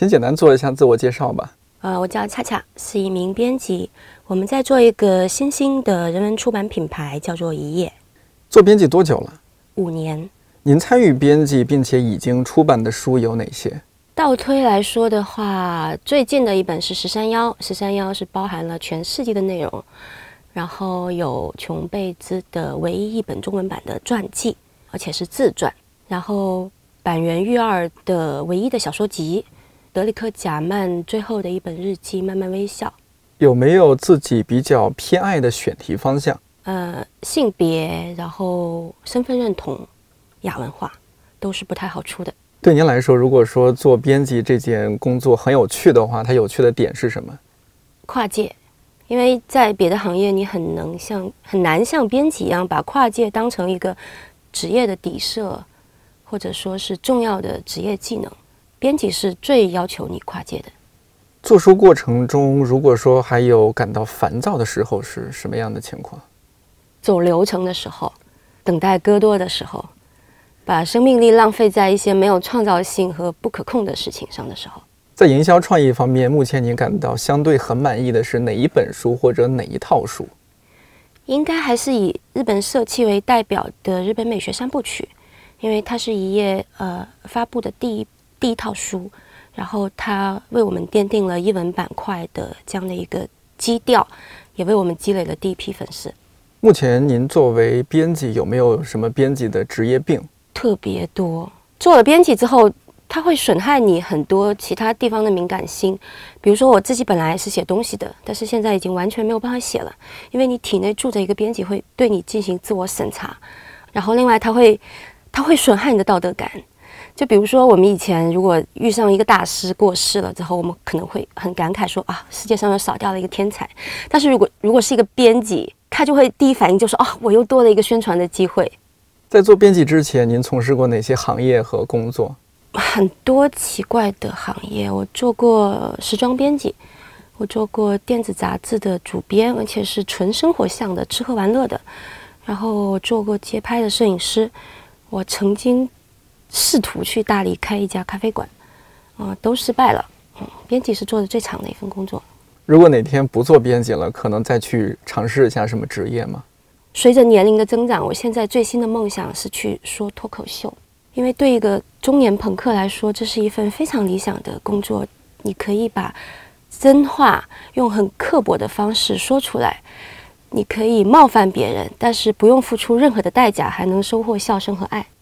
先简单做一下自我介绍吧。 我叫恰恰，是一名编辑。我们在做一个新兴的人文出版品牌，叫做一页。 做编辑多久了 ？5年。 您参与编辑并且已经出版的书有哪些？ 倒推来说的话，最近的一本是13妖是包含了全世纪的内容，然后有琼贝兹的唯一一本中文版的传记，而且是自传，然后板垣裕二的唯一的小说集，德里克贾曼最后的一本日记《慢慢微笑》。 有没有自己比较偏爱的选题方向？ 性别，然后身份认同、亚文化都是不太好出的。 对您来说，如果说做编辑这件工作很有趣的话，它有趣的点是什么？ 跨界，因为在别的行业你很难像编辑一样把跨界当成一个职业的底色，或者说是重要的职业技能。编辑是最要求你跨界的。 做书过程中，如果说还有感到烦躁的时候，是什么样的情况？ 走流程的时候，等待戈多的时候，把生命力浪费在一些没有创造性和不可控的事情上的时候。 在营销创意方面，目前您感到相对很满意的是哪一本书或者哪一套书？ 应该还是以日本社企为代表的日本美学3部曲，因为它是一页发布的第一套书，然后它为我们奠定了译文板块的这样的一个基调，也为我们积累了第一批粉丝。 目前您作为编辑有没有什么编辑的职业病？ 特别多。做了编辑之后，它会损害你很多其他地方的敏感性。比如说我自己本来是写东西的，但是现在已经完全没有办法写了，因为你体内住着一个编辑会对你进行自我审查，然后另外它会损害你的道德感。就比如说我们以前如果遇上一个大师过世了之后，我们可能会很感慨说啊，世界上又少掉了一个天才。但是如果是一个编辑，他就会第一反应就是我又多了一个宣传的机会。 在做编辑之前，您从事过哪些行业和工作？ 很多奇怪的行业，我做过时装编辑，我做过电子杂志的主编，而且是纯生活向的，吃喝玩乐的。然后我做过街拍的摄影师，我曾经试图去大理开一家咖啡馆，都失败了。编辑是做的最长的一份工作。 如果哪天不做编辑了，可能再去尝试一下什么职业吗？ 随着年龄的增长，我现在最新的梦想是去说脱口秀，因为对一个中年朋克来说，这是一份非常理想的工作。你可以把真话用很刻薄的方式说出来，你可以冒犯別人，但是不用付出任何的代价，还能收获笑声和愛。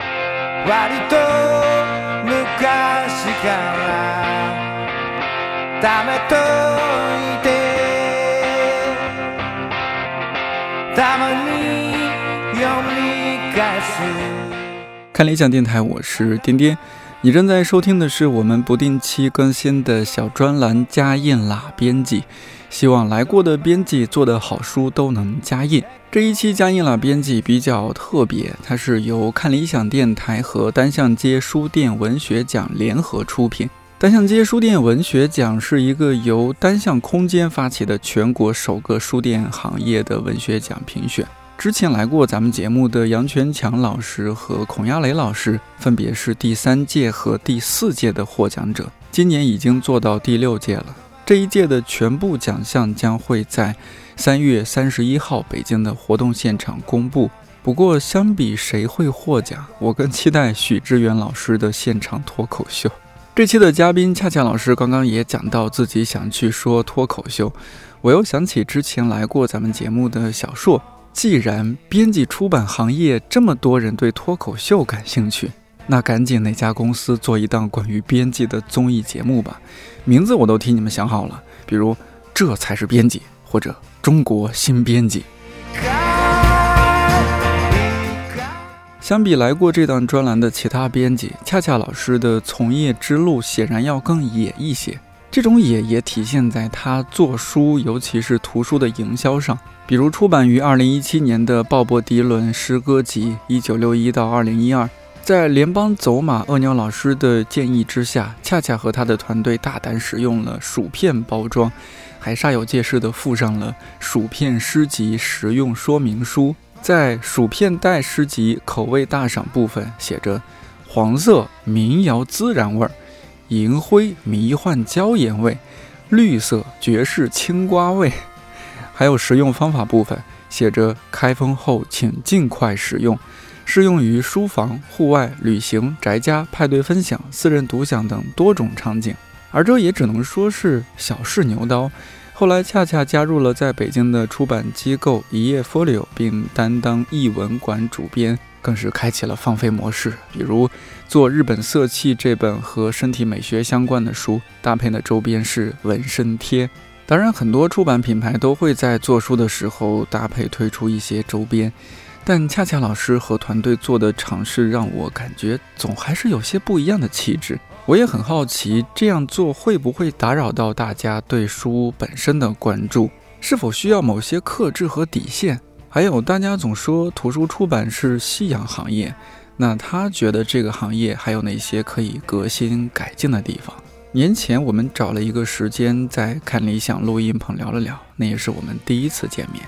看理想电台，我是颠颠。你正在收听的是我们不定期更新的小专栏加印啦编辑，希望来过的编辑做的好书都能加印。这一期加印啦编辑比较特别，它是由看理想电台和单向街书店文学奖联合出品。单向街书店文学奖是一个由单向空间发起的全国首个书店行业的文学奖评选。之前来过咱们节目的杨全强老师和孔亚雷老师分别是第3届和第4届的获奖者，今年已经做到第6届了。这一届的全部奖项将会在3月31号北京的活动现场公布。不过相比谁会获奖，我更期待许知远老师的现场脱口秀。这期的嘉宾恰恰老师刚刚也讲到自己想去说脱口秀，我又想起之前来过咱们节目的小硕。既然编辑出版行业这么多人对脱口秀感兴趣，那赶紧哪家公司做一档关于编辑的综艺节目吧，名字我都替你们想好了，比如这才是编辑，或者中国新编辑。相比来过这档专栏的其他编辑，恰恰老师的从业之路显然要更野一些，这种野也体现在他做书，尤其是图书的营销上。比如出版于2017年的鲍勃迪伦诗歌集1961到2012，在联邦走马鳄鸟老师的建议之下，恰恰和他的团队大胆使用了薯片包装，还煞有介事地附上了薯片诗集实用说明书。在薯片袋诗集口味大赏部分写着黄色民谣孜然味儿， 银灰迷幻椒盐味，绿色爵士青瓜味。还有实用方法部分，写着开封后请尽快使用，适用于书房、户外、旅行、宅家、派对分享、私人独享等多种场景。而这也只能说是小试牛刀。后来恰恰加入了在北京的出版机构一页 Folio， 并担当译文馆主编，更是开启了放飞模式。比如做日本色气这本和身体美学相关的书，搭配的周边是纹身贴。当然，很多出版品牌都会在做书的时候搭配推出一些周边，但恰恰老师和团队做的尝试让我感觉总还是有些不一样的气质。我也很好奇，这样做会不会打扰到大家对书本身的关注？是否需要某些克制和底线？还有，大家总说图书出版是夕阳行业，那他觉得这个行业还有哪些可以革新改进的地方？年前我们找了一个时间在看理想录音棚聊了聊，那也是我们第一次见面。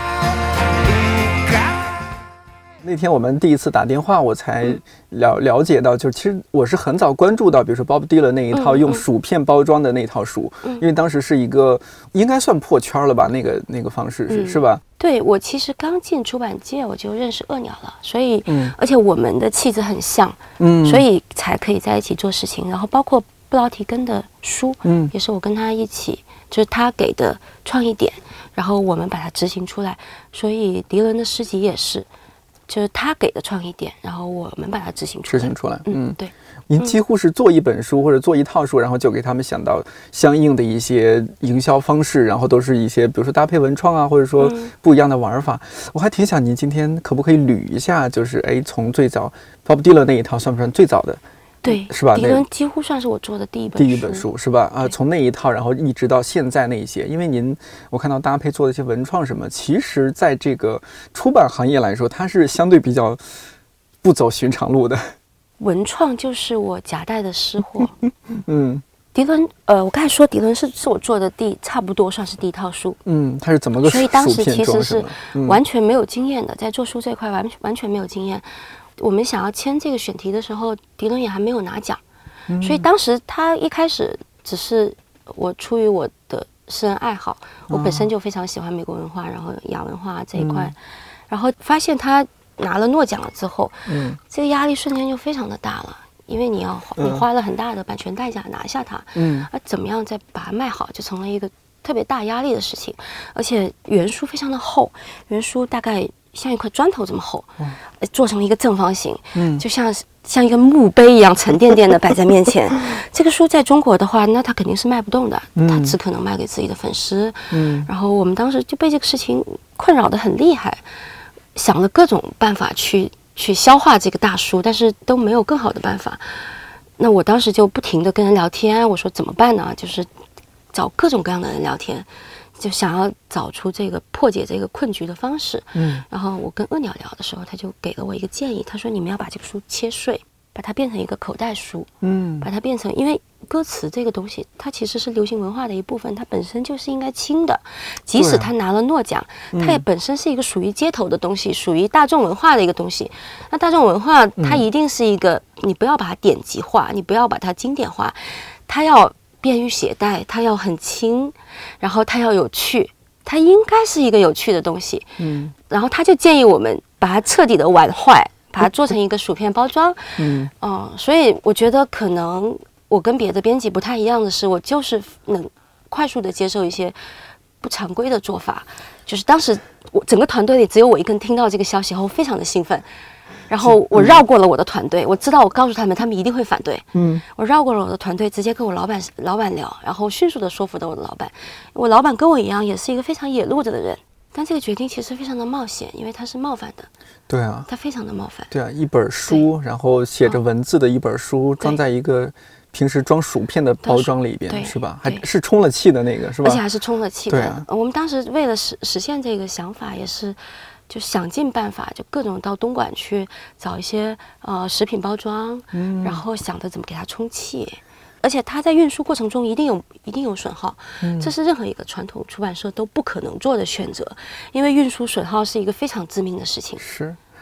那天我们第一次打电话，我才了解到，就是其实我是很早关注到，比如说 Bob Dylan 那一套用薯片包装的那套书，因为当时是一个应该算破圈了吧，那个方式是吧？ 对，我其实刚进出版界我就认识恶鸟了，所以而且我们的气质很像，所以才可以在一起做事情。然后包括布劳提根的书，也是我跟他一起，就是他给的创意点，然后我们把它执行出来。所以迪伦的诗集也是。就是他给的创意点，然后我们把它执行出来。对。 您几乎是做一本书或者做一套书，然后就给他们想到相应的一些营销方式，然后都是一些比如说搭配文创啊，或者说不一样的玩法。我还挺想您今天可不可以捋一下，就是从最早 Bob Dylan 那一套算不算最早的？ 对， 是吧？ 迪伦几乎算是我做的第一本书， 是吧？从那一套，然后一直到现在那些，因为我看到搭配做的一些文创什么，其实在这个出版行业来说，它是相对比较不走寻常路的。 文创就是我夹带的私货。迪伦，我刚才说迪伦是我做的差不多算是第一套书。 它是怎么个？ 所以当时其实是完全没有经验的，在做书这块完全没有经验。我们想要签这个选题的时候，迪伦也还没有拿奖，所以当时他一开始只是我出于我的私人爱好，我本身就非常喜欢美国文化，然后亚文化这一块，然后发现他拿了诺奖了之后，这个压力瞬间就非常的大了，因为你花了很大的版权代价拿下它，怎么样再把它卖好，就成了一个特别大压力的事情，而且原书非常的厚，原书大概像一块砖头这么厚，做成一个正方形，就像一个墓碑一样沉甸甸的摆在面前。这个书在中国的话，那它肯定是卖不动的，它只可能卖给自己的粉丝。然后我们当时就被这个事情困扰得很厉害，想了各种办法去消化这个大书，但是都没有更好的办法。那我当时就不停地跟人聊天，我说怎么办呢？就是找各种各样的人聊天。就想要找出这个破解这个困局的方式，然后我跟恶鸟聊的时候，他就给了我一个建议，他说你们要把这个书切碎，把它变成一个口袋书，把它变成，因为歌词这个东西，它其实是流行文化的一部分，它本身就是应该轻的，即使它拿了诺奖，它也本身是一个属于街头的东西，属于大众文化的一个东西。那大众文化它一定是一个，你不要把它典籍化，你不要把它经典化，它要便于携带，它要很轻，然后它要有趣，它应该是一个有趣的东西。然后他就建议我们把它彻底的玩坏，把它做成一个薯片包装。所以我觉得可能我跟别的编辑不太一样的是，我就是能快速的接受一些不常规的做法。就是当时我整个团队里只有我一个人听到这个消息后，非常的兴奋。然后我绕过了我的团队，我知道我告诉他们，他们一定会反对。我绕过了我的团队，直接跟我老板聊，然后迅速的说服了我的老板。我老板跟我一样，也是一个非常野路子的人，但这个决定其实非常的冒险，因为它是冒犯的。 对啊， 它非常的冒犯。 对啊，一本书，然后写着文字的一本书，装在一个平时装薯片的包装里边，是吧？还是充了气的那个，是吧？ 而且还是充了气的。我们当时为了实现这个想法，也是。就想尽办法，就各种到东莞去找一些食品包装，然后想着怎么给它充气，而且它在运输过程中一定有损耗，这是任何一个传统出版社都不可能做的选择，因为运输损耗是一个非常致命的事情。 是，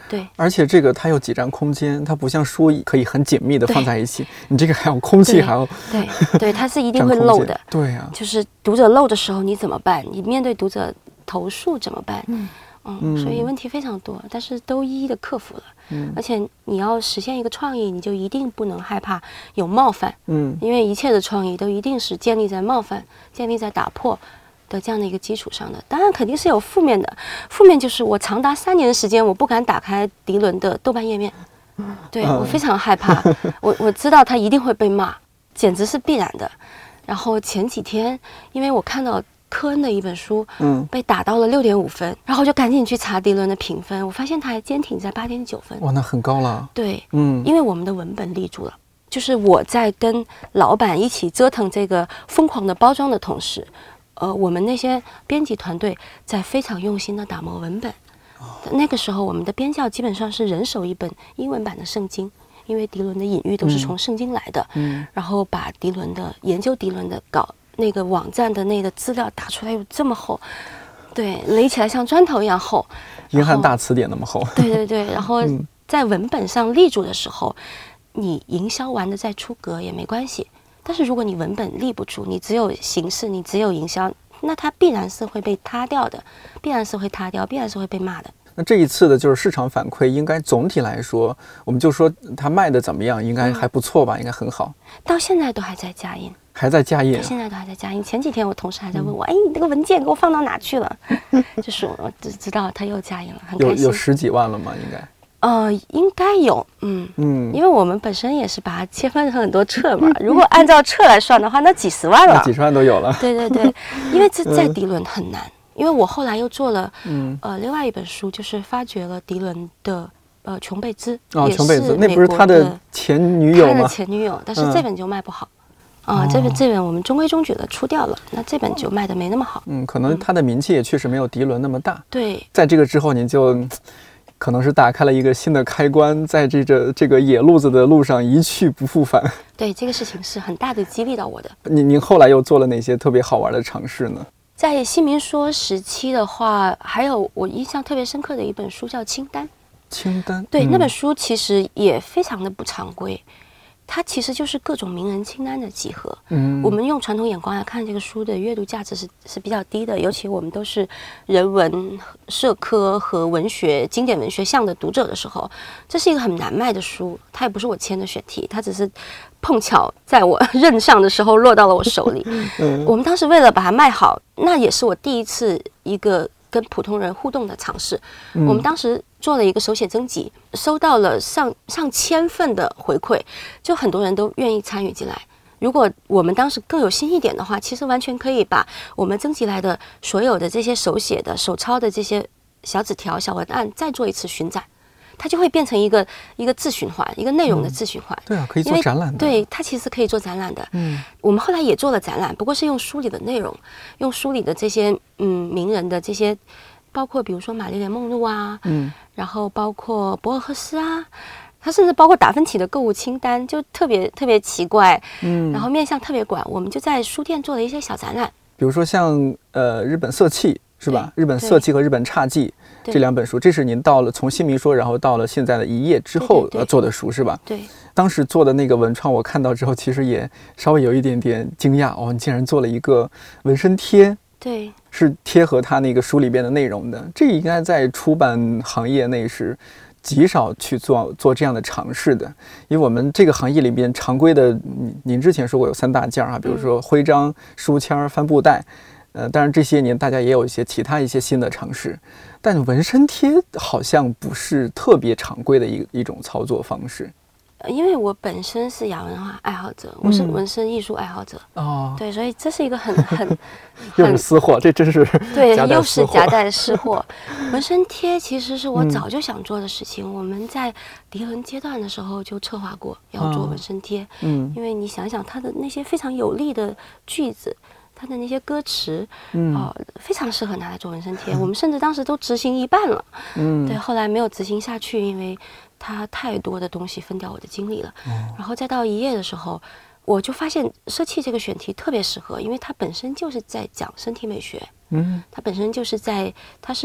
对， 而且这个它有几占空间，它不像书可以很紧密的放在一起，你这个还有空气，还有对，它是一定会漏的。 对呀， 就是读者漏的时候你怎么办？你面对读者投诉怎么办？所以问题非常多，但是都一一的克服了。而且你要实现一个创意，你就一定不能害怕有冒犯。因为一切的创意都一定是建立在冒犯、建立在打破的这样的一个基础上的。当然肯定是有负面的，负面就是我长达3年的时间，我不敢打开迪伦的豆瓣页面。对，我非常害怕，我知道他一定会被骂，简直是必然的。然后前几天，因为我看到科恩的一本书，被打到了6.5分，然后就赶紧去查迪伦的评分，我发现他还坚挺在8.9分。 哇，那很高了。 对，因为我们的文本立住了，就是我在跟老板一起折腾这个疯狂的包装的同时，我们那些编辑团队在非常用心的打磨文本。那个时候，我们的编校基本上是人手一本英文版的圣经。因为迪伦的隐喻都是从圣经来的，然后把迪伦的研究迪伦的那个网站的那个资料打出来有这么厚，对，垒起来像砖头一样厚， 英汉大词典那么厚。 对，然后在文本上立住的时候，你营销完的再出格也没关系。但是如果你文本立不住，你只有形式，你只有营销，那它必然是会被塌掉的，必然是会塌掉，必然是会被骂的。 那这一次的就是市场反馈，应该总体来说，我们就说它卖的怎么样，应该还不错吧，应该很好。 到现在都还在加印， 还在加印， 现在都还在加印。前几天我同事还在问我，哎，你这个文件给我放到哪去了？就是我只知道他又加印了，很开心。 有10几万了吗？应该。 应该有，因为我们本身也是把它切分成很多册嘛。如果按照册来算的话，那几十万了， 那几十万都有了。 对，因为这在迪伦很难。因为我后来又做了另外一本书，就是发掘了迪伦的琼贝兹。 琼贝兹，那不是他的前女友吗？ 他的前女友，但是这本就卖不好。这本我们中规中矩的出掉了，那这本就卖的没那么好。 可能他的名气也确实没有迪伦那么大。 对， 在这个之后，您就可能是打开了一个新的开关，在这个野路子的路上一去不复返。对， 这个事情是很大的激励到我的。 您后来又做了哪些特别好玩的尝试呢？ 在新民说时期的话，还有我印象特别深刻的一本书叫《清单》。 清单， 对，那本书其实也非常的不常规，它其实就是各种名人清单的集合。我们用传统眼光来看这个书的阅读价值是比较低的，尤其我们都是人文、社科和文学、经典文学向的读者的时候，这是一个很难卖的书。它也不是我签的选题，它只是碰巧在我任上的时候落到了我手里。我们当时为了把它卖好，那也是我第一次一个跟普通人互动的尝试。我们当时做了一个手写征集，收到了上千份的回馈，就很多人都愿意参与进来。如果我们当时更有心一点的话，其实完全可以把我们征集来的所有的这些手写的、手抄的这些小纸条、小文案再做一次巡展。它就会变成一个自循环，一个内容的自循环。 对啊，可以做展览的。 对，它其实可以做展览的。我们后来也做了展览，不过是用书里的内容，用书里的这些名人的这些，包括比如说玛丽莲梦露啊，然后包括博尔赫斯啊，它甚至包括达芬奇的购物清单，就特别特别奇怪。然后面向特别广，我们就在书店做了一些小展览， 比如说像日本色气。是吧？日本色气和日本侘寂这2本书，这是您到了从新民说，然后到了现在的一页之后做的书是吧？ 对。 当时做的那个文创，我看到之后，其实也稍微有一点点惊讶哦，你竟然做了一个纹身贴， 对， 是贴合他那个书里边的内容的。这应该在出版行业内是极少去做这样的尝试的，因为我们这个行业里边常规的，您之前说过有3大件啊，比如说徽章、书签、帆布袋。当然这些年大家也有一些其他一些新的尝试，但纹身贴好像不是特别常规的一种操作方式。 因为我本身是亚文化爱好者，我是纹身艺术爱好者对，所以这是一个很又是私货，这真是对，又是夹带私货。纹身贴其实是我早就想做的事情，我们在迪伦阶段的时候就策划过要做纹身贴，因为你想想它的那些非常有力的句子。他的那些歌词，非常适合拿来做纹身贴。我们甚至当时都执行一半了，对，后来没有执行下去，因为它太多的东西分掉我的精力了。然后再到一页的时候，我就发现色气这个选题特别适合，因为它本身就是在讲身体美学，它本身就是它是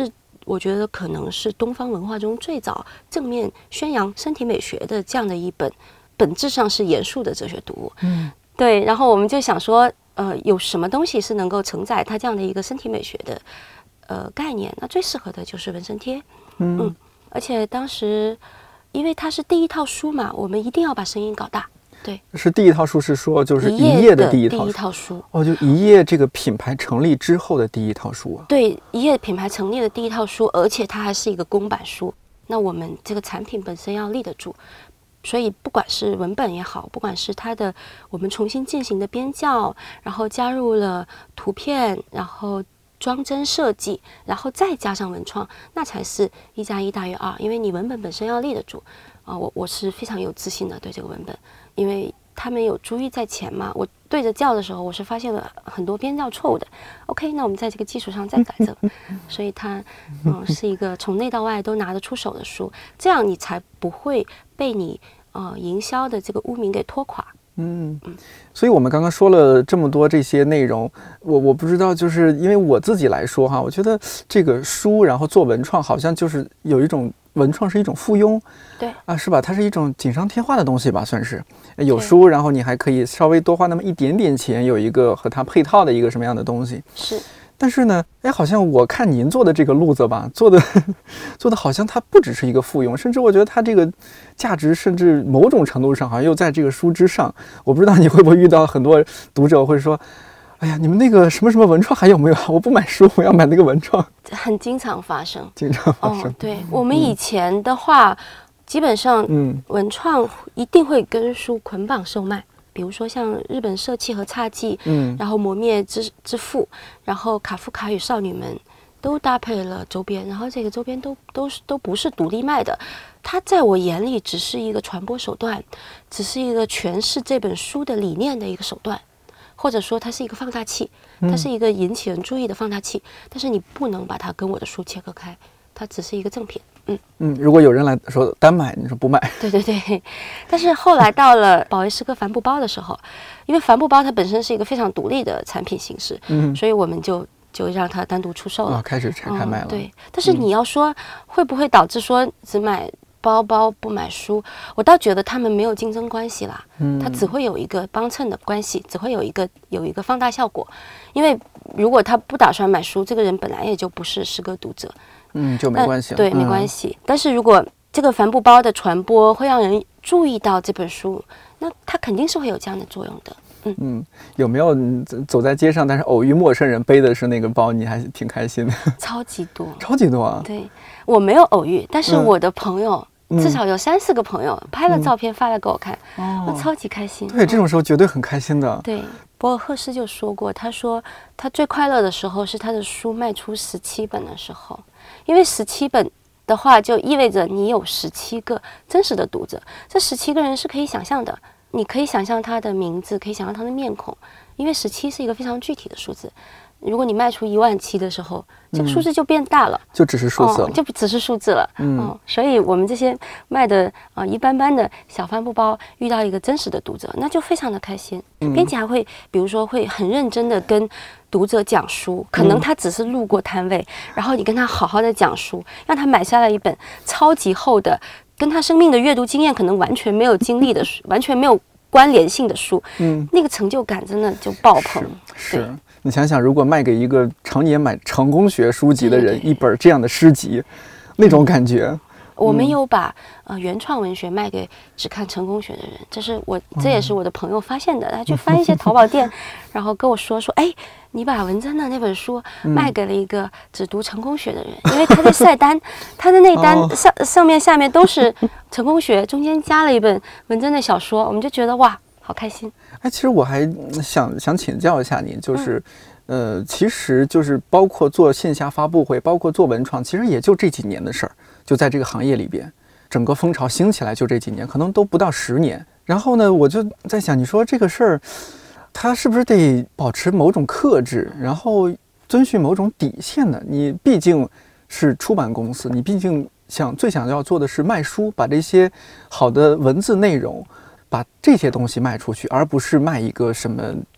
我觉得可能是东方文化中最早正面宣扬身体美学的这样的一本本质上是严肃的哲学读物。对。然后我们就想说，有什么东西是能够承载它这样的一个身体美学的概念？那最适合的就是纹身贴。而且当时因为它是第一套书嘛，我们一定要把声音搞大。对， 是第一套书，是说就是一页的第一套书。哦，就一页这个品牌成立之后的第一套书啊。 对，一页品牌成立的第一套书，而且它还是一个公版书。那我们这个产品本身要立得住，所以不管是文本也好，不管是它的我们重新进行的编校，然后加入了图片，然后装帧设计，然后再加上文创，那才是1+1=2。因为你文本本身要立得住啊，我是非常有自信的对这个文本，因为他们有珠玉在前嘛。我对着校的时候，我是发现了很多编校错误的。OK， 那我们在这个基础上再改正，所以它是一个从内到外都拿得出手的书，这样你才不会被你营销的这个污名给拖垮。 所以我们刚刚说了这么多这些内容，我不知道，就是因为我自己来说哈，我觉得这个书然后做文创好像就是有一种文创是一种附庸， 对啊，是吧？它是一种锦上添花的东西吧，算是有书，然后你还可以稍微多花那么一点点钱，有一个和它配套的一个什么样的东西。 是。 但是呢，好像我看您做的这个路子吧，做的好像它不只是一个附庸，甚至我觉得它这个价值，甚至某种程度上好像又在这个书之上。我不知道你会不会遇到很多读者会说，哎呀，你们那个什么什么文创还有没有？我不买书，我要买那个文创。 很经常发生， 经常发生。 对，我们以前的话，基本上文创一定会跟书捆绑售卖。比如说像日本社气和侘寂，然后磨灭之父，然后卡夫卡与少女们都搭配了周边，然后这个周边都不是独立卖的，它在我眼里只是一个传播手段，只是一个诠释这本书的理念的一个手段，或者说它是一个放大器，它是一个引起人注意的放大器，但是你不能把它跟我的书切割开，它只是一个赠品。 如果有人来说单买，你说不买。 对对对，但是后来到了保卫诗歌帆布包的时候，因为帆布包它本身是一个非常独立的产品形式，所以我们就让它单独出售了， 开始拆开卖了。 对，但是你要说会不会导致说只买包包不买书，我倒觉得他们没有竞争关系啦，它只会有一个帮衬的关系，只会有一个放大效果。因为如果他不打算买书，这个人本来也就不是诗歌读者。 就没关系了。 对，没关系。但是如果这个帆布包的传播会让人注意到这本书，那它肯定是会有这样的作用的。 有没有走在街上，但是偶遇陌生人背的是那个包，你还挺开心的？ 超级多， 超级多啊！ 对，我没有偶遇，但是我的朋友。至少有3-4个朋友拍了照片发来给我看，我超级开心。 对，这种时候绝对很开心的。 对，博尔赫斯就说过，他说他最快乐的时候是他的书卖出17本的时候，因为17本的话就意味着你有17个真实的读者，这17个人是可以想象的，你可以想象他的名字，可以想象他的面孔，因为17是一个非常具体的数字。如果你卖出17000的时候，这个数字就变大了， 就只是数字了， 就不只是数字了。所以我们这些卖的一般般的小帆布包，遇到一个真实的读者，那就非常的开心。编辑还会，比如说会很认真的跟读者讲书，可能他只是路过摊位，然后你跟他好好的讲书，让他买下了一本超级厚的，跟他生命的阅读经验可能完全没有经历的书，完全没有关联性的书，那个成就感真的就爆棚。 是。你想想，如果卖给一个常年买成功学书籍的人一本这样的诗集，那种感觉。 我们有把原创文学卖给只看成功学的人，这也是我的朋友发现的。他去翻一些淘宝店，然后跟我说，哎，你把文珍的那本书卖给了一个只读成功学的人，因为他在晒单，他的那单上面下面都是成功学，中间加了一本文珍的小说，我们就觉得哇，好开心。 其实我还想请教一下您，就是，其实就是包括做线下发布会，包括做文创，其实也就这几年的事儿，就在这个行业里边，整个风潮兴起来就这几年，可能都不到10年。然后呢，我就在想，你说这个事儿，它是不是得保持某种克制，然后遵循某种底线呢？你毕竟是出版公司，你毕竟最想要做的是卖书，把这些好的文字内容。把这些东西卖出去，而不是卖一个什么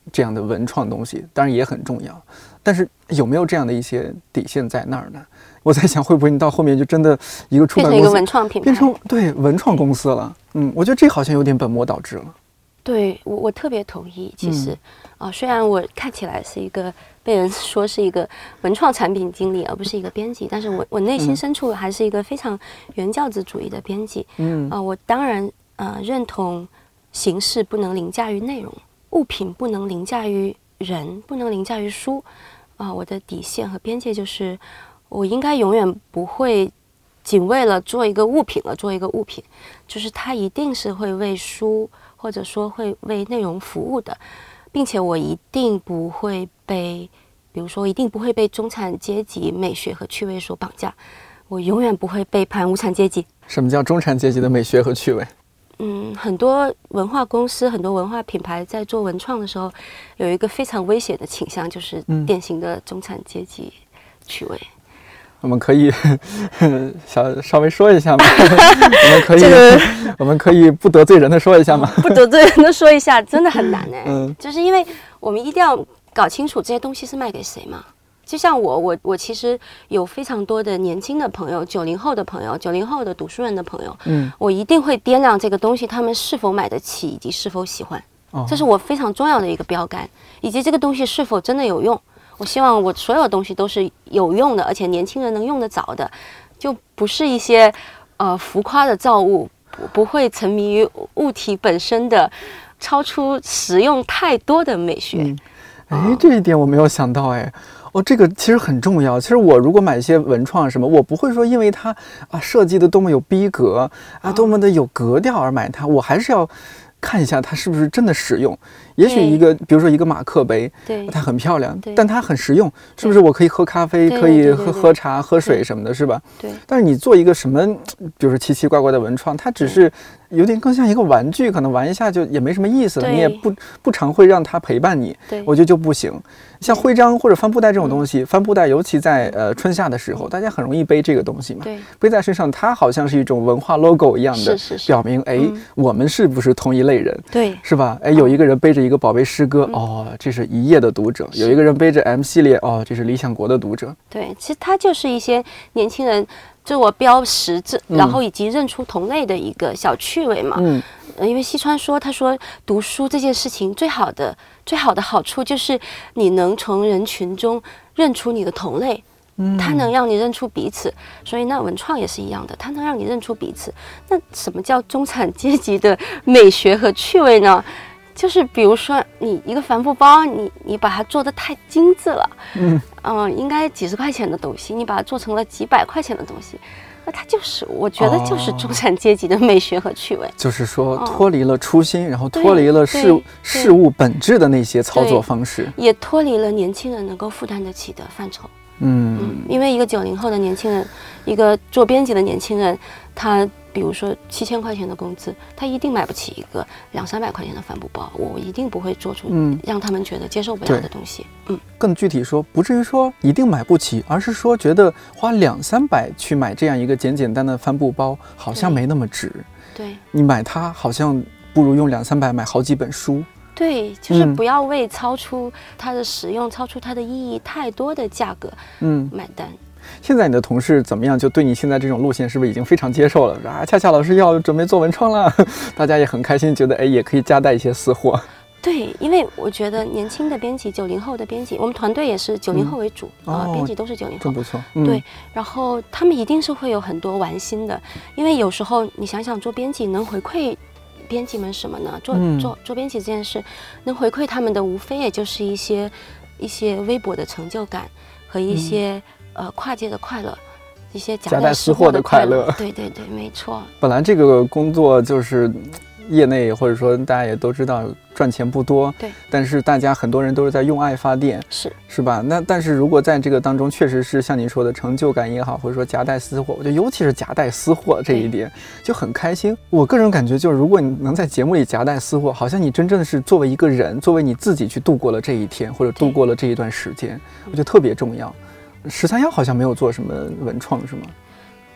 这样的文创东西，当然也很重要，但是有没有这样的一些底线在那儿呢？我在想，会不会你到后面就真的一个出版公司变成一个文创品牌， 变成对文创公司了？我觉得这好像有点本末倒置了。 对，我特别同意。其实，虽然我看起来是一个被人说是一个文创产品经理，而不是一个编辑，但是我内心深处还是一个非常原教旨主义的编辑。我当然认同形式不能凌驾于内容，物品不能凌驾于人，不能凌驾于书。我的底线和边界就是，我应该永远不会仅为了做一个物品而做一个物品，就是它一定是会为书或者说会为内容服务的，并且我一定不会被，比如说一定不会被中产阶级美学和趣味所绑架，我永远不会背叛无产阶级。 什么叫中产阶级的美学和趣味？ 很多文化公司、很多文化品牌在做文创的时候，有一个非常危险的倾向，就是典型的中产阶级趣味。 我们可以稍微说一下吗？我们可以不得罪人的说一下吗？ 不得罪人的说一下，真的很难哎。就是因为我们一定要搞清楚这些东西是卖给谁嘛。就像我其实有非常多的年轻的朋友，90后的朋友，90后的读书人的朋友，我一定会掂量这个东西他们是否买得起，以及是否喜欢，这是我非常重要的一个标杆，以及这个东西是否真的有用。我希望我所有东西都是有用的，而且年轻人能用得着的，就不是一些浮夸的造物，不会沉迷于物体本身的超出实用太多的美学。 这一点我没有想到哎。这个其实很重要。其实我如果买一些文创什么，我不会说因为它设计的多么有逼格多么的有格调而买它，我还是要看一下它是不是真的实用。也许比如说一个马克杯，它很漂亮，但它很实用，是不是？我可以喝咖啡，可以喝茶、喝水什么的，是吧？ 对。 但是你做一个什么，比如说奇奇怪怪的文创，它只是有点更像一个玩具，可能玩一下就也没什么意思了，你也不常会让它陪伴你，我觉得就不行。像徽章或者帆布袋这种东西，帆布袋尤其在春夏的时候，大家很容易背这个东西嘛，背在身上，它好像是一种文化 logo 一样的，表明我们是不是同一类人，是吧？有一个人背着一个宝贝诗歌，这是一页的读者；有一个人背着 M 系列，这是理想国的读者。 对，其实它就是一些年轻人自我标识，然后以及认出同类的一个小趣味嘛。因为西川说，他说读书这件事情最好的好处就是你能从人群中认出你的同类，它能让你认出彼此。所以那文创也是一样的，它能让你认出彼此。那什么叫中产阶级的美学和趣味呢？就是比如说你一个帆布包，你把它做得太精致了，应该几十块钱的东西，你把它做成了几百块钱的东西，那它就是我觉得就是中产阶级的美学和趣味。 就是说脱离了初心，然后脱离了事物本质的那些操作方式， 也脱离了年轻人能够负担得起的范畴。因为一个90后的年轻人，一个做编辑的年轻人，他比如说7000块钱的工资，他一定买不起一个200-300块钱的帆布包，我一定不会做出让他们觉得接受不了的东西。 更具体说，不至于说一定买不起，而是说觉得花200-300去买这样一个简简单的帆布包，好像没那么值。 对， 你买它好像不如用200-300买好几本书。 对，就是不要为超出它的使用、超出它的意义太多的价格买单。 现在你的同事怎么样？就对你现在这种路线是不是已经非常接受了？恰恰老师要准备做文创了，大家也很开心，觉得也可以夹带一些私货。 对，因为我觉得年轻的编辑，90后的编辑，我们团队也是90后为主编辑都是90后， 真不错。 对，然后他们一定是会有很多玩心的，因为有时候你想想做编辑能回馈编辑们什么呢？做编辑这件事能回馈他们的，无非也就是一些微薄的成就感和一些跨界的快乐，一些夹带私货的快乐。对，没错。 本来这个工作就是业内或者说大家也都知道赚钱不多， 对， 但是大家很多人都是在用爱发电，是吧？那但是如果在这个当中确实是像您说的成就感也好，或者说夹带私货，我觉得尤其是夹带私货这一点就很开心。我个人感觉就是，如果你能在节目里夹带私货，好像你真正是作为一个人，作为你自己去度过了这一天，或者度过了这一段时间，我觉得特别重要。13妖好像没有做什么文创，是吗？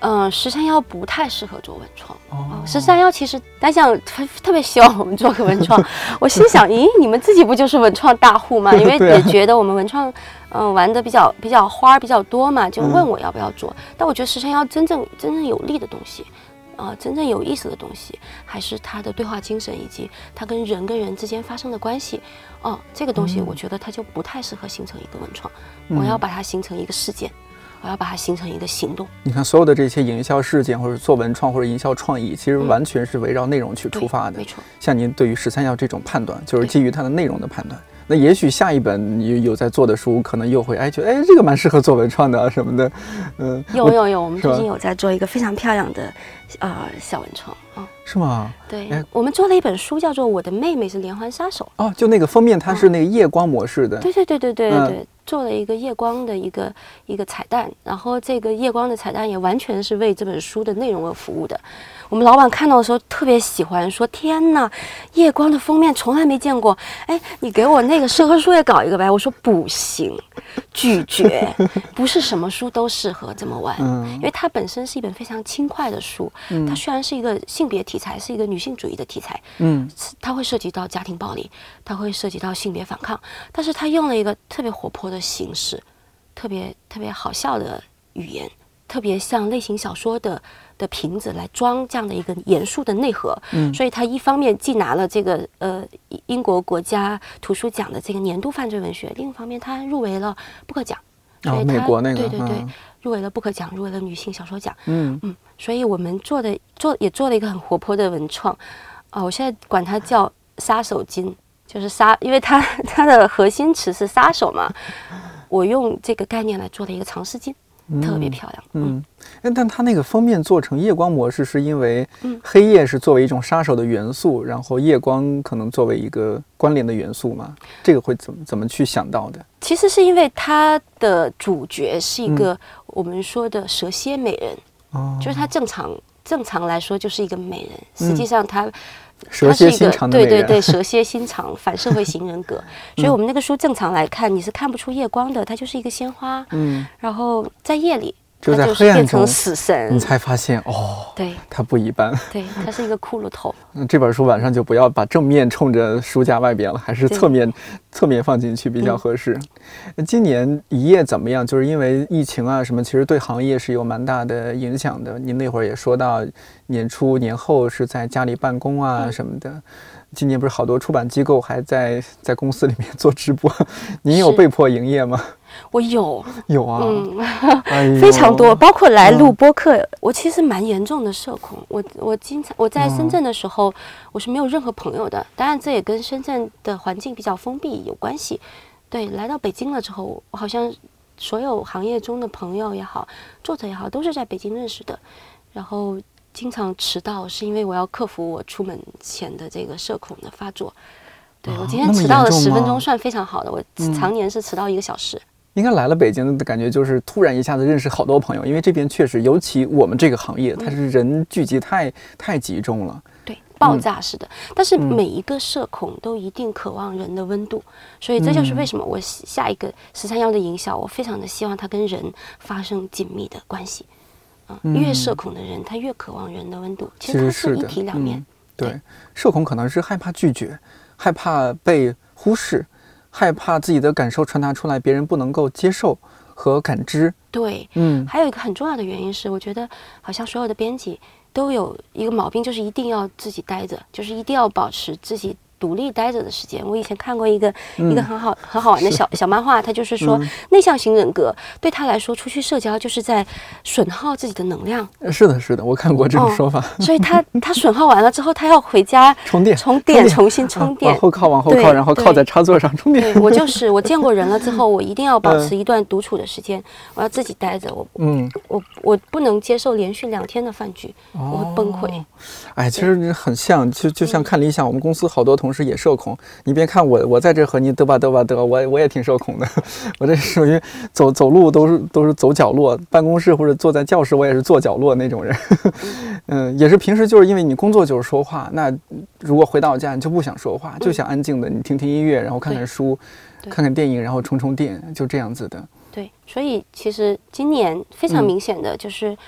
13+1不太适合做文创。13+1其实单向特别希望我们做个文创。我心想，咦，你们自己不就是文创大户吗？因为也觉得我们文创玩的比较花比较多嘛，就问我要不要做。但我觉得13+1真正有利的东西。真正有意思的东西，还是它的对话精神，以及它跟人之间发生的关系。这个东西我觉得它就不太适合形成一个文创。我要把它形成一个事件，我要把它形成一个行动。 你看，所有的这些营销事件，或者做文创或者营销创意，其实完全是围绕内容去出发的。 没错。像您对于13+1这种判断，就是基于它的内容的判断。那也许下一本你有在做的书，可能又会觉得这个蛮适合做文创的什么的。 有，我们最近有在做一个非常漂亮的小文创啊。 是吗？ 对，我们做了一本书，叫做《我的妹妹是连环杀手》。 就那个封面，它是那个夜光模式的。 对，做了一个夜光的一个彩蛋，然后这个夜光的彩蛋也完全是为这本书的内容而服务的。我们老板看到的时候特别喜欢，说天哪，夜光的封面从来没见过，你给我那个社科书也搞一个呗。我说不行，拒绝，不是什么书都适合这么玩，因为它本身是一本非常轻快的书，它虽然是一个性别题材，是一个女性主义的题材，它会涉及到家庭暴力，它会涉及到性别反抗，但是它用了一个特别活泼的形式，特别好笑的语言，特别像类型小说的瓶子来装这样的一个严肃的内核。所以它一方面既拿了这个英国国家图书奖的这个年度犯罪文学，另一方面它入围了布克奖。 美国那个对，入围了布克奖，入围了女性小说奖。所以我们做了一个很活泼的文创。我现在管它叫杀手巾，就是因为它的核心词是杀手嘛，我用这个概念来做了一个藏尸巾。特别漂亮。 但它那个封面做成夜光模式，是因为黑夜是作为一种杀手的元素，然后夜光可能作为一个关联的元素吗？这个会怎么去想到的？ 其实是因为它的主角是一个我们说的蛇蝎美人，就是它正常来说就是一个美人，实际上它蛇蝎心肠的美人， 对，蛇蝎心肠，反社会型人格。所以我们那个书正常来看，你是看不出夜光的，它就是一个鲜花。然后在夜里， 就在黑暗中变成死神， 你才发现对，它不一般。 对，它是一个骷髅头。 这本书晚上就不要把正面冲着书架外边了，还是侧面放进去比较合适。今年一夜怎么样？就是因为疫情啊什么，其实对行业是有蛮大的影响的。您那会儿也说到，年初年后是在家里办公啊什么的。今年不是好多出版机构还在公司里面做直播，您有被迫营业吗？ 我有啊， 非常多，包括来录播客。我其实蛮严重的社恐，我在深圳的时候，我是没有任何朋友的。当然，这也跟深圳的环境比较封闭有关系。对，来到北京了之后，我好像所有行业中的朋友也好，作者也好，都是在北京认识的。然后经常迟到，是因为我要克服我出门前的这个社恐的发作。对，我今天迟到了10分钟算非常好的，我常年是迟到1个小时。 应该来了北京的感觉就是突然一下子认识好多朋友，因为这边确实，尤其我们这个行业，它是人聚集太集中了。 对，爆炸式的。但是每一个社恐都一定渴望人的温度，所以这就是为什么我下一个13+1的营销，我非常的希望它跟人发生紧密的关系。越社恐的人，他越渴望人的温度。其实它是一体两面。 对，社恐可能是害怕拒绝，害怕被忽视，害怕自己的感受传达出来，别人不能够接受和感知。 对，还有一个很重要的原因是，我觉得好像所有的编辑都有一个毛病，就是一定要自己待着，就是一定要保持自己独立待着的时间。我以前看过一个很好玩的小漫画，它就是说内向型人格对他来说，出去社交就是在损耗自己的能量。 是的，我看过这种说法。 所以他损耗完了之后，他要回家充电， 重新充电， 往后靠，然后靠在插座上充电。 对，我见过人了之后，我一定要保持一段独处的时间，我要自己待着。我不能接受连续2天的饭局，我会崩溃。 其实很像，就像看理想，我们公司好多同事也社恐。你别看我在这和你嘚吧，我也挺社恐的。我这属于走路都是走角落，办公室或者坐在教室我也是坐角落那种人。也是平时就是因为你工作就是说话，那如果回到家你就不想说话，就想安静的，你听听音乐，然后看看书，看看电影，然后充充电，就这样子的。 对，所以其实今年非常明显的就是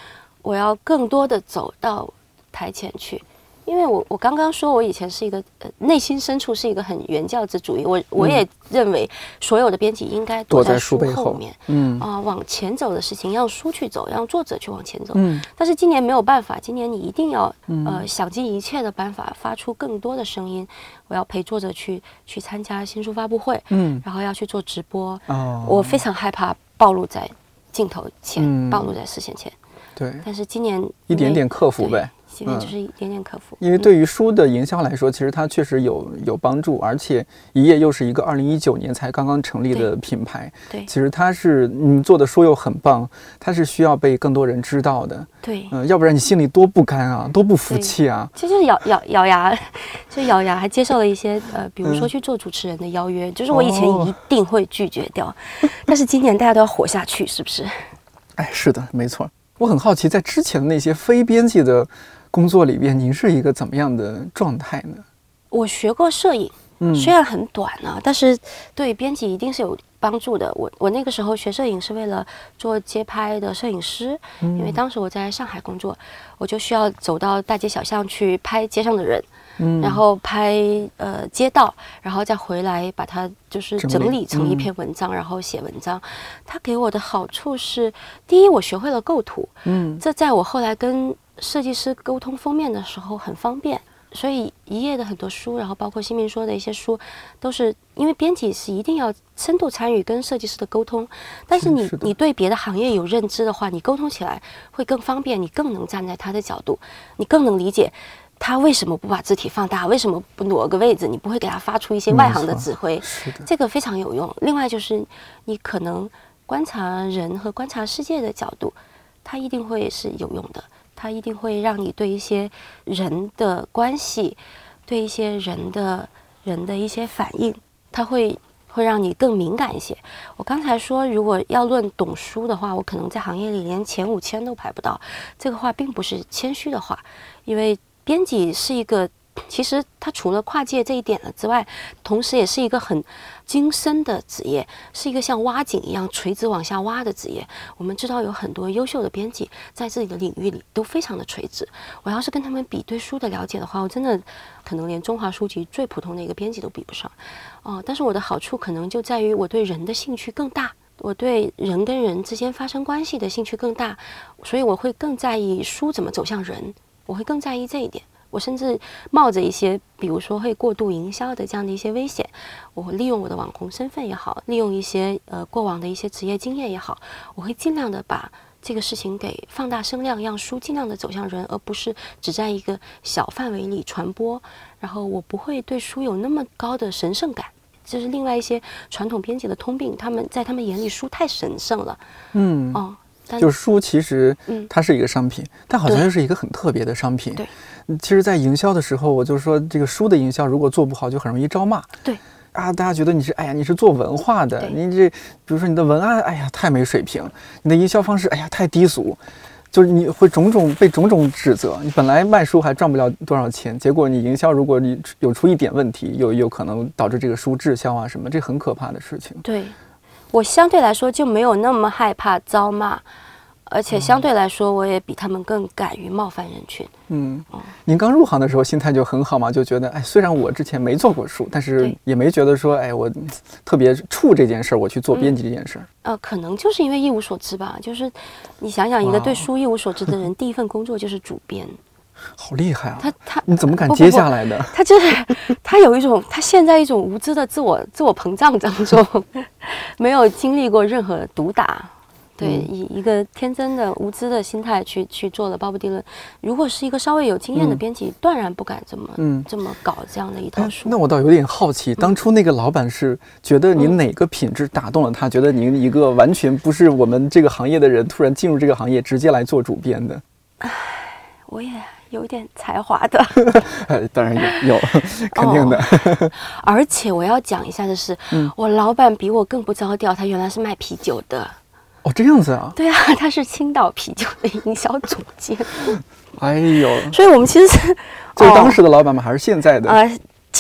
我要更多的走到台前去。因为我刚刚说，我以前是一个内心深处是一个很原教旨主义，我也认为所有的编辑应该躲在书后面，往前走的事情让书去走，让作者去往前走。但是今年没有办法，今年你一定要想尽一切的办法发出更多的声音。我要陪作者去参加新书发布会，然后要去做直播。我非常害怕暴露在镜头前，暴露在视线前。 对， 但是今年一点点克服呗。 今年就是一点点克服， 因为对于书的营销来说，其实它确实有帮助，而且一页又是一个2019年才刚刚成立的品牌， 对， 其实它是你做的书又很棒，它是需要被更多人知道的， 对， 要不然你心里多不甘啊，多不服气啊。 其实咬牙，就咬牙还接受了一些比如说去做主持人的邀约，就是我以前一定会拒绝掉，但是今年大家都要活下去，是不是？ 哎，是的，没错。我很好奇，在之前的那些非编辑的工作里边，您是一个怎么样的状态呢？ 我学过摄影，虽然很短啊，但是对编辑一定是有帮助的。我那个时候学摄影是为了做街拍的摄影师，因为当时我在上海工作，我就需要走到大街小巷去拍街上的人，然后拍街道，然后再回来把它就是整理成一篇文章，然后写文章。它给我的好处是，第一，我学会了构图，这在我后来跟设计师沟通封面的时候很方便。所以一页的很多书，然后包括新民说的一些书，都是因为编辑是一定要深度参与跟设计师的沟通，但是你对别的行业有认知的话，你沟通起来会更方便，你更能站在他的角度，你更能理解他为什么不把字体放大，为什么不挪个位置，你不会给他发出一些外行的指挥，这个非常有用。另外就是你可能观察人和观察世界的角度，它一定会是有用的，它一定会让你对一些人的关系，对一些人的一些反应，它会让你更敏感一些。我刚才说，如果要论懂书的话，我可能在行业里连前5000都排不到。这个话并不是谦虚的话，因为编辑是一个，其实它除了跨界这一点了之外，同时也是一个很精深的职业，是一个像挖井一样垂直往下挖的职业。我们知道有很多优秀的编辑在自己的领域里都非常的垂直。我要是跟他们比对书的了解的话，我真的可能连中华书籍最普通的一个编辑都比不上。但是我的好处可能就在于我对人的兴趣更大，我对人跟人之间发生关系的兴趣更大，所以我会更在意书怎么走向人，我会更在意这一点。我甚至冒着一些比如说会过度营销的这样的一些危险，我会利用我的网红身份也好，利用一些过往的一些职业经验也好，我会尽量的把这个事情给放大声量，让书尽量的走向人，而不是只在一个小范围里传播。然后我不会对书有那么高的神圣感，这是另外一些传统编辑的通病，他们在他们眼里书太神圣了。 就是书其实它是一个商品，但好像又是一个很特别的商品。 对， 其实在营销的时候，我就说这个书的营销如果做不好，就很容易招骂。 对啊，大家觉得你是做文化的，你这比如说你的文案，太没水平，你的营销方式，太低俗，就是你会被种种指责。你本来卖书还赚不了多少钱，结果你营销如果你有出一点问题，有可能导致这个书滞销啊什么，这很可怕的事情。 对，我相对来说就没有那么害怕遭骂，而且相对来说我也比他们更敢于冒犯人群。 您刚入行的时候心态就很好嘛，就觉得虽然我之前没做过书，但是也没觉得说我特别怵这件事儿，我去做编辑这件事儿。 可能就是因为一无所知吧。就是你想想，一个对书一无所知的人，第一份工作就是主编。 好厉害啊！ 他你怎么敢接下来的？ 他就是他有一种他陷在一种无知的自我膨胀当中，没有经历过任何毒打，对，以一个天真的无知的心态去做了鲍勃迪伦。如果是一个稍微有经验的编辑，断然不敢这么搞这样的一套书。 那我倒有点好奇，当初那个老板是觉得您哪个品质打动了他，觉得您一个完全不是我们这个行业的人，突然进入这个行业，直接来做主编的？ 我也有点才华的。 当然有肯定的。 而且我要讲一下的是，我老板比我更不着调，他原来是卖啤酒的。 这样子啊？ 对啊，他是青岛啤酒的营销总监。 哎呦， 所以我们其实是就是当时的老板吗？还是现在的？ 既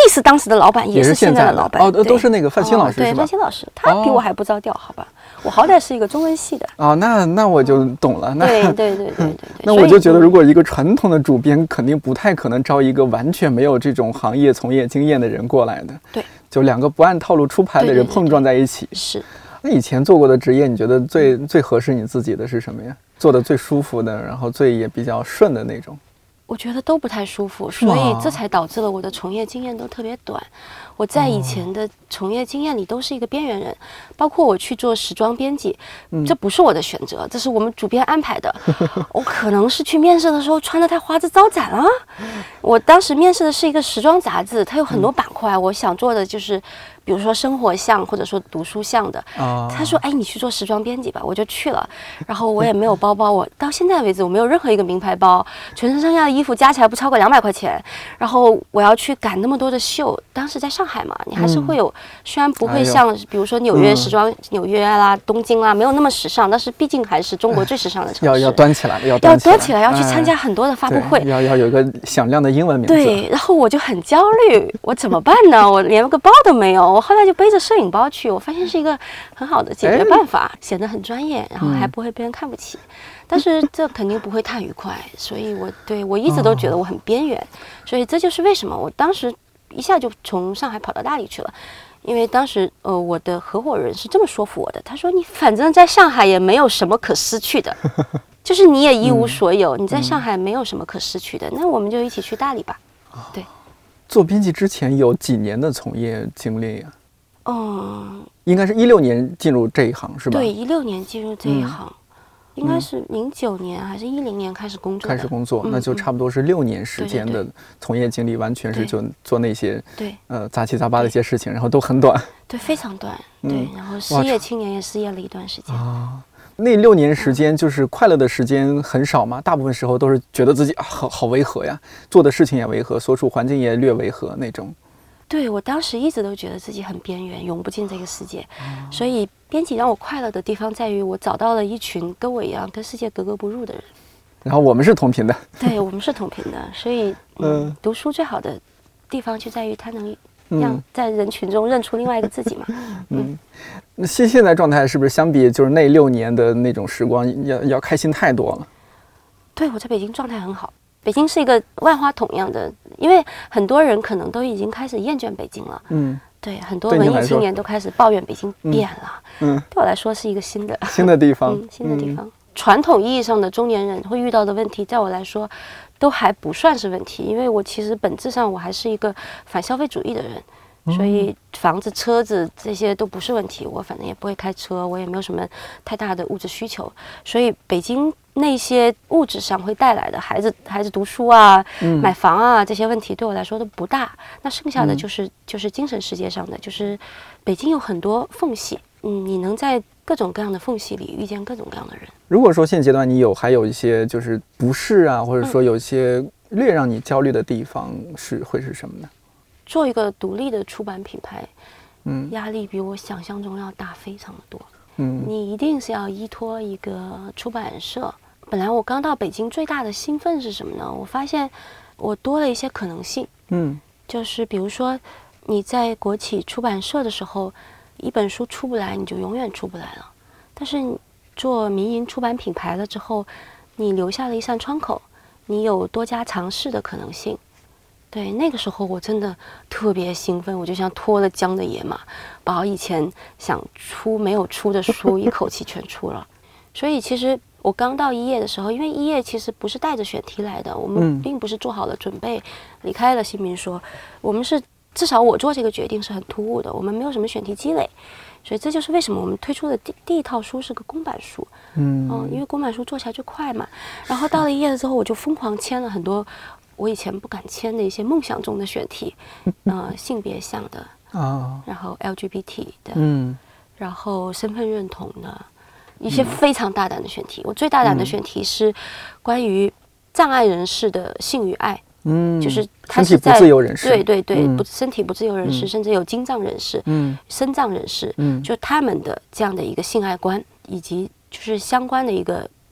是当时的老板，也是现在的老板。 哦，都是那个范青老师， 对，范青老师，他比我还不着调，好吧？我好歹是一个中文系的。 哦，那我就懂了。 对。 那我就觉得，如果一个传统的主编，肯定不太可能招一个完全没有这种行业从业经验的人过来的。 对， 就两个不按套路出牌的人碰撞在一起。 是。 那以前做过的职业，你觉得最合适你自己的是什么呀？做的最舒服的，然后也比较顺的那种？ 我觉得都不太舒服，所以这才导致了我的从业经验都特别短。我在以前的从业经验里都是一个边缘人，包括我去做时装编辑，这不是我的选择，这是我们主编安排的。我可能是去面试的时候穿得太花枝招展了。我当时面试的是一个时装杂志，它有很多板块，我想做的就是比如说生活项或者说读书项的。他说你去做时装编辑吧，我就去了。然后我也没有包包，我到现在为止我没有任何一个名牌包，全身上下的衣服加起来不超过200块钱。然后我要去赶那么多的秀，当时在上海嘛，你还是会有，虽然不会像比如说纽约时装、纽约啦、东京啦，没有那么时尚，但是毕竟还是中国最时尚的城市。 要端起来，要端起来，要去参加很多的发布会， 要有一个响亮的英文名字。 对，然后我就很焦虑，我怎么办呢？我连个包都没有。我后来就背着摄影包去，我发现是一个很好的解决办法，显得很专业，然后还不会被人看不起。但是这肯定不会太愉快，所以我一直都觉得我很边缘，所以这就是为什么我当时一下就从上海跑到大理去了。因为当时我的合伙人是这么说服我的，他说你反正在上海也没有什么可失去的，就是你也一无所有，你在上海没有什么可失去的，那我们就一起去大理吧。对， 做编辑之前有几年的从业经历呀？应该是16年进入这一行是吧？ 对，16年进入这一行。应该是09年还是10年开始工作， 那就差不多是6年时间的从业经历，完全是就做那些杂七杂八的一些事情，然后都很短， 对，非常短，对，然后失业青年也失业了一段时间啊。 那6年时间就是快乐的时间很少嘛，大部分时候都是觉得自己好违和呀，做的事情也违和，所处环境也略违和那种。 对，我当时一直都觉得自己很边缘，融不进这个世界，所以编辑让我快乐的地方在于我找到了一群跟我一样跟世界格格不入的人， 然后我们是同频的。 对，我们是同频的，所以读书最好的地方就在于它能让在人群中认出另外一个自己嘛。 那现在状态是不是相比就是那6年的那种时光要开心太多了？ 对，我在北京状态很好。北京是一个万花筒一样的，因为很多人可能都已经开始厌倦北京了。对，很多文艺青年都开始抱怨北京变了。对我来说是一个新的地方。 新的地方。传统意义上的中年人会遇到的问题，在我来说都还不算是问题，因为我其实本质上我还是一个反消费主义的人。所以房子、车子这些都不是问题，我反正也不会开车，我也没有什么太大的物质需求，所以北京那些物质上会带来的孩子读书啊、买房啊这些问题对我来说都不大。那剩下的就是精神世界上的，就是北京有很多缝隙，你能在各种各样的缝隙里遇见各种各样的人。如果说现阶段你还有一些就是不适啊，或者说有一些略让你焦虑的地方，会是什么呢？ 做一个独立的出版品牌，压力比我想象中要大非常的多。你一定是要依托一个出版社。本来我刚到北京最大的兴奋是什么呢？我发现我多了一些可能性。就是比如说你在国企出版社的时候，一本书出不来，你就永远出不来了。但是你做民营出版品牌了之后，你留下了一扇窗口，你有多加尝试的可能性。对，那个时候我真的特别兴奋，我就像脱了缰的野马，把我以前想出没有出的书一口气全出了。所以其实我刚到一页的时候，因为一页其实不是带着选题来的，我们并不是做好了准备离开了新民说，我们是至少我做这个决定是很突兀的，我们没有什么选题积累，所以这就是为什么我们推出的第一套书是个公版书。因为公版书做起来最快嘛。然后到了一页了之后，我就疯狂签了很多我以前不敢签的一些梦想中的选题，性别向的然后 LGBT 的，然后身份认同的一些非常大胆的选题。我最大胆的选题是关于障碍人士的性与爱，就是他是在身体不自由人士，对，身体不自由人士，甚至有精障人士，身障人士，就他们的这样的一个性爱观，以及就是相关的一个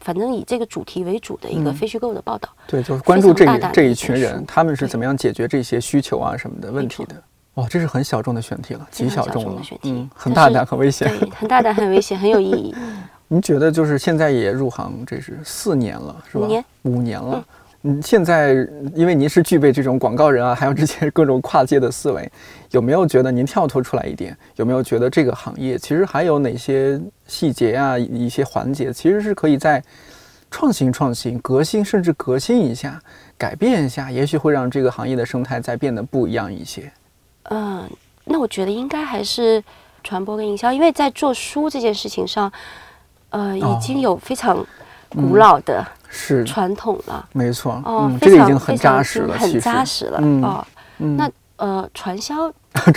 反正以这个主题为主的一个非虚构的报道。 对，就是关注这一群人，他们是怎么样解决这些需求啊什么的问题的。哇，这是很小众的选题了，极小众了，很大胆，很危险。 对，很大胆，很危险，很有意义。 您觉得就是现在也入行，这是4年了，是吧？5年了。现在因为您是具备这种广告人啊，还有这些各种跨界的思维，有没有觉得您跳脱出来一点？有没有觉得这个行业其实还有哪些细节啊，一些环节其实是可以再创新、革新，甚至革新一下、改变一下，也许会让这个行业的生态再变得不一样一些？ 那我觉得应该还是传播跟营销，因为在做书这件事情上，已经有非常古老的传统了， 没错，这个已经很扎实了， 很扎实了那传销、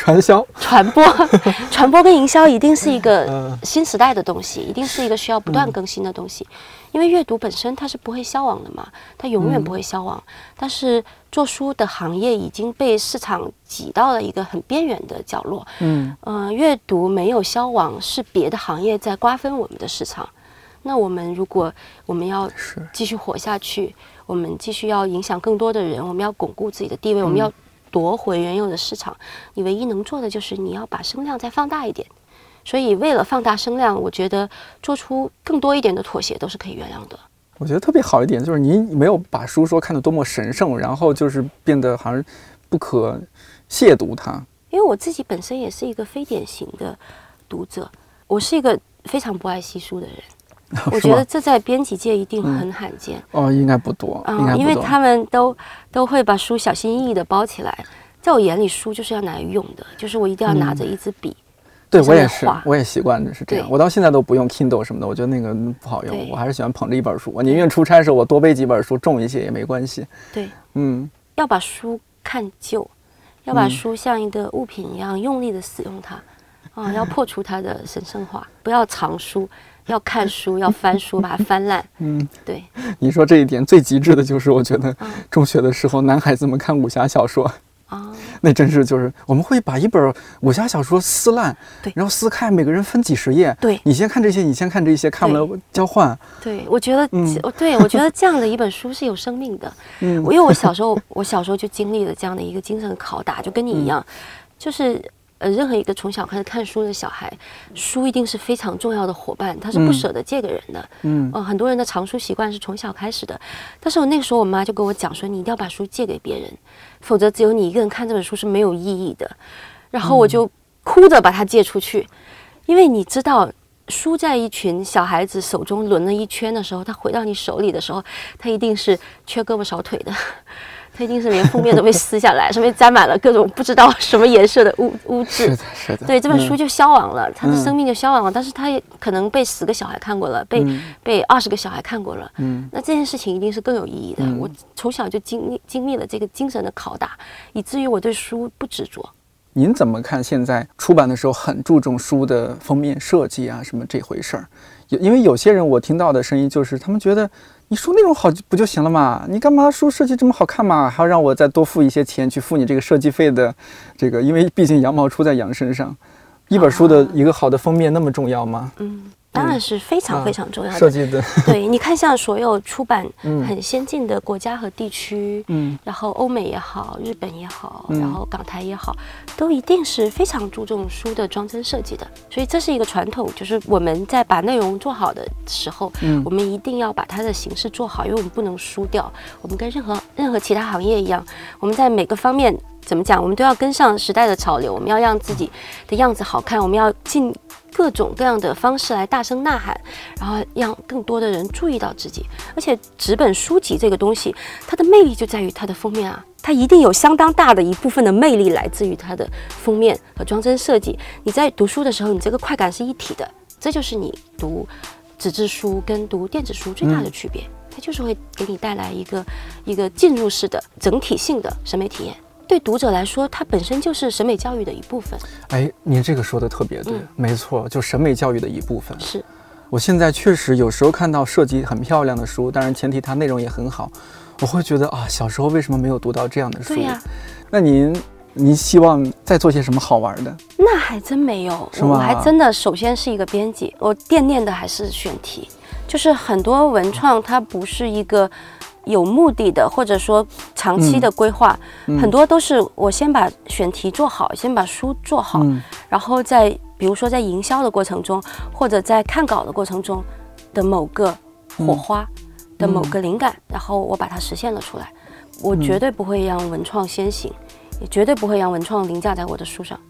传播跟营销一定是一个新时代的东西，一定是一个需要不断更新的东西。因为阅读本身它是不会消亡的嘛，它永远不会消亡。但是做书的行业已经被市场挤到了一个很边缘的角落。阅读没有消亡，是别的行业在瓜分我们的市场。那如果我们要继续活下去，我们继续要影响更多的人，我们要巩固自己的地位，我们要夺回原有的市场，你唯一能做的就是你要把声量再放大一点。所以为了放大声量，我觉得做出更多一点的妥协都是可以原谅的。 我觉得特别好一点就是您没有把书说看得多么神圣，然后就是变得好像不可亵渎它。 因为我自己本身也是一个非典型的读者，我是一个非常不爱惜书的人。我觉得这在编辑界一定很罕见。 应该不多， 因为他们都会把书小心翼翼地包起来。在我眼里，书就是要拿来用的，就是我一定要拿着一支笔。 对，我也习惯是这样。我到现在都不用 Kindle 什么的，我觉得那个不好用，我还是喜欢捧着一本书。我宁愿出差的时候我多背几本书，重一些也没关系。 对，要把书看旧，要把书像一个物品一样用力的使用它，要破除它的神圣化，不要藏书。要看书，要翻书，把它翻烂。对。 你说这一点最极致的就是，我觉得中学的时候，男孩子们看武侠小说，那真是就是我们会把一本武侠小说撕烂， 对， 然后撕开，每个人分几十页， 对， 你先看这些，你先看这些，看完了交换。 对，我觉得，我觉得这样的一本书是有生命的。因为我小时候就经历了这样的一个精神拷打，就跟你一样，就是。任何一个从小开始看书的小孩，书一定是非常重要的伙伴，他是不舍得借给人的。很多人的藏书习惯是从小开始的，但是那个时候我妈就跟我讲说，你一定要把书借给别人，否则只有你一个人看这本书是没有意义的。然后我就哭着把它借出去，因为你知道，书在一群小孩子手中轮了一圈的时候，它回到你手里的时候，它一定是缺胳膊少腿的。它一定是连封面都被撕下来，上面沾满了各种不知道什么颜色的污渍。 是的。 对，这本书就消亡了，它的生命就消亡了。但是它也可能被10个小孩看过了，被20个小孩看过了。那这件事情一定是更有意义的。我从小就经历了这个精神的拷打，以至于我对书不执着。 您怎么看现在出版的时候很注重书的封面设计啊什么这回事儿？因为有些人我听到的声音就是他们觉得你书内容好不就行了嘛，你干嘛书设计这么好看嘛，还要让我再多付一些钱去付你这个设计费的这个，因为毕竟羊毛出在羊身上，一本书的一个好的封面那么重要吗？ 当然是非常非常重要的。 设计的， 对，你看像所有出版很先进的国家和地区，然后欧美也好，日本也好，然后港台也好，都一定是非常注重书的装帧设计的。所以这是一个传统，就是我们在把内容做好的时候，我们一定要把它的形式做好，因为我们不能输掉。我们跟任何其他行业一样，我们在每个方面怎么讲，我们都要跟上时代的潮流，我们要让自己的样子好看，我们要尽各种各样的方式来大声呐喊，然后让更多的人注意到自己。而且纸本书籍这个东西，它的魅力就在于它的封面啊，它一定有相当大的一部分的魅力来自于它的封面和装帧设计。你在读书的时候，你这个快感是一体的，这就是你读纸质书跟读电子书最大的区别，它就是会给你带来一个进入式的整体性的审美体验。对读者来说，它本身就是审美教育的一部分。 您这个说的特别对，没错，就审美教育的一部分。 是， 我现在确实有时候看到设计很漂亮的书，当然前提它内容也很好，我会觉得小时候为什么没有读到这样的书？ 对呀。 那您希望再做些什么好玩的？ 那还真没有，我还真的首先是一个编辑，我惦念的还是选题。 就是很多文创它不是一个有目的的，或者说长期的规划，很多都是我先把选题做好，先把书做好，然后在比如说在营销的过程中，或者在看稿的过程中的某个火花的某个灵感，然后我把它实现了出来。我绝对不会让文创先行，也绝对不会让文创凌驾在我的书上。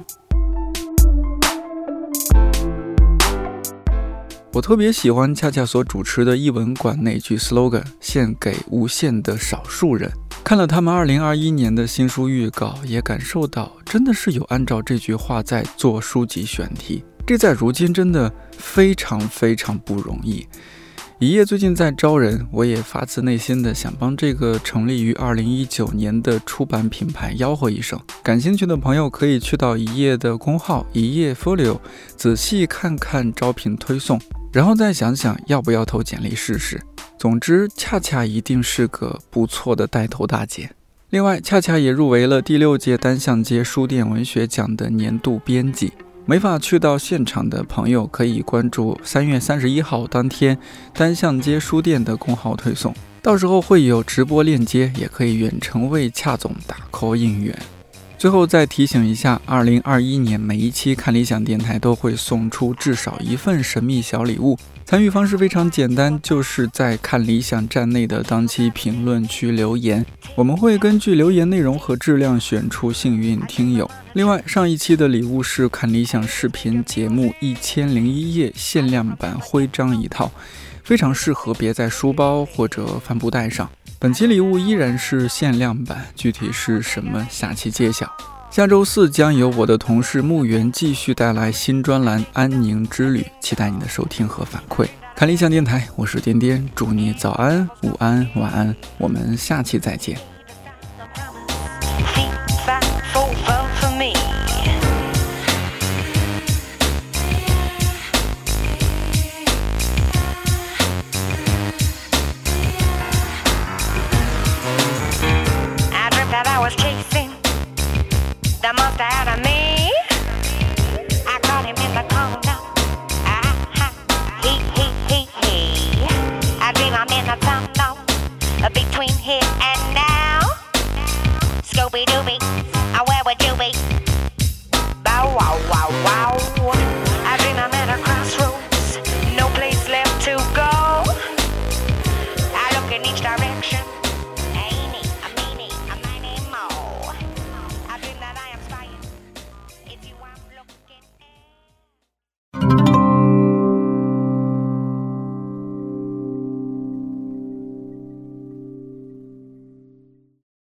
我特别喜欢恰恰所主持的艺文馆那句 slogan， 献给无限的少数人。看了他们2021年的新书预告，也感受到真的是有按照这句话在做书籍选题，这在如今真的非常非常不容易。一页最近在招人，我也发自内心的想帮这个成立于2019年的出版品牌吆喝一声。感兴趣的朋友可以去到一页的公号一页 folio 仔细看看招聘推送，然后再想想要不要投简历试试。总之，恰恰一定是个不错的带头大姐。另外，恰恰也入围了第6届单向街书店文学奖的年度编辑。没法去到现场的朋友可以关注3月31号当天单向街书店的公号推送，到时候会有直播链接，也可以远程为恰总打 call 应援。最后再提醒一下，2021年每一期看理想电台都会送出至少一份神秘小礼物，参与方式非常简单，就是在看理想站内的当期评论区留言，我们会根据留言内容和质量选出幸运听友。另外，上一期的礼物是看理想视频节目1001页限量版徽章一套，非常适合别在书包或者帆布袋上。本期礼物依然是限量版，具体是什么下期揭晓。下周4将由我的同事木源继续带来新专栏《安宁之旅》，期待你的收听和反馈。看理想电台，我是颠颠，祝你早安、午安、晚安，我们下期再见。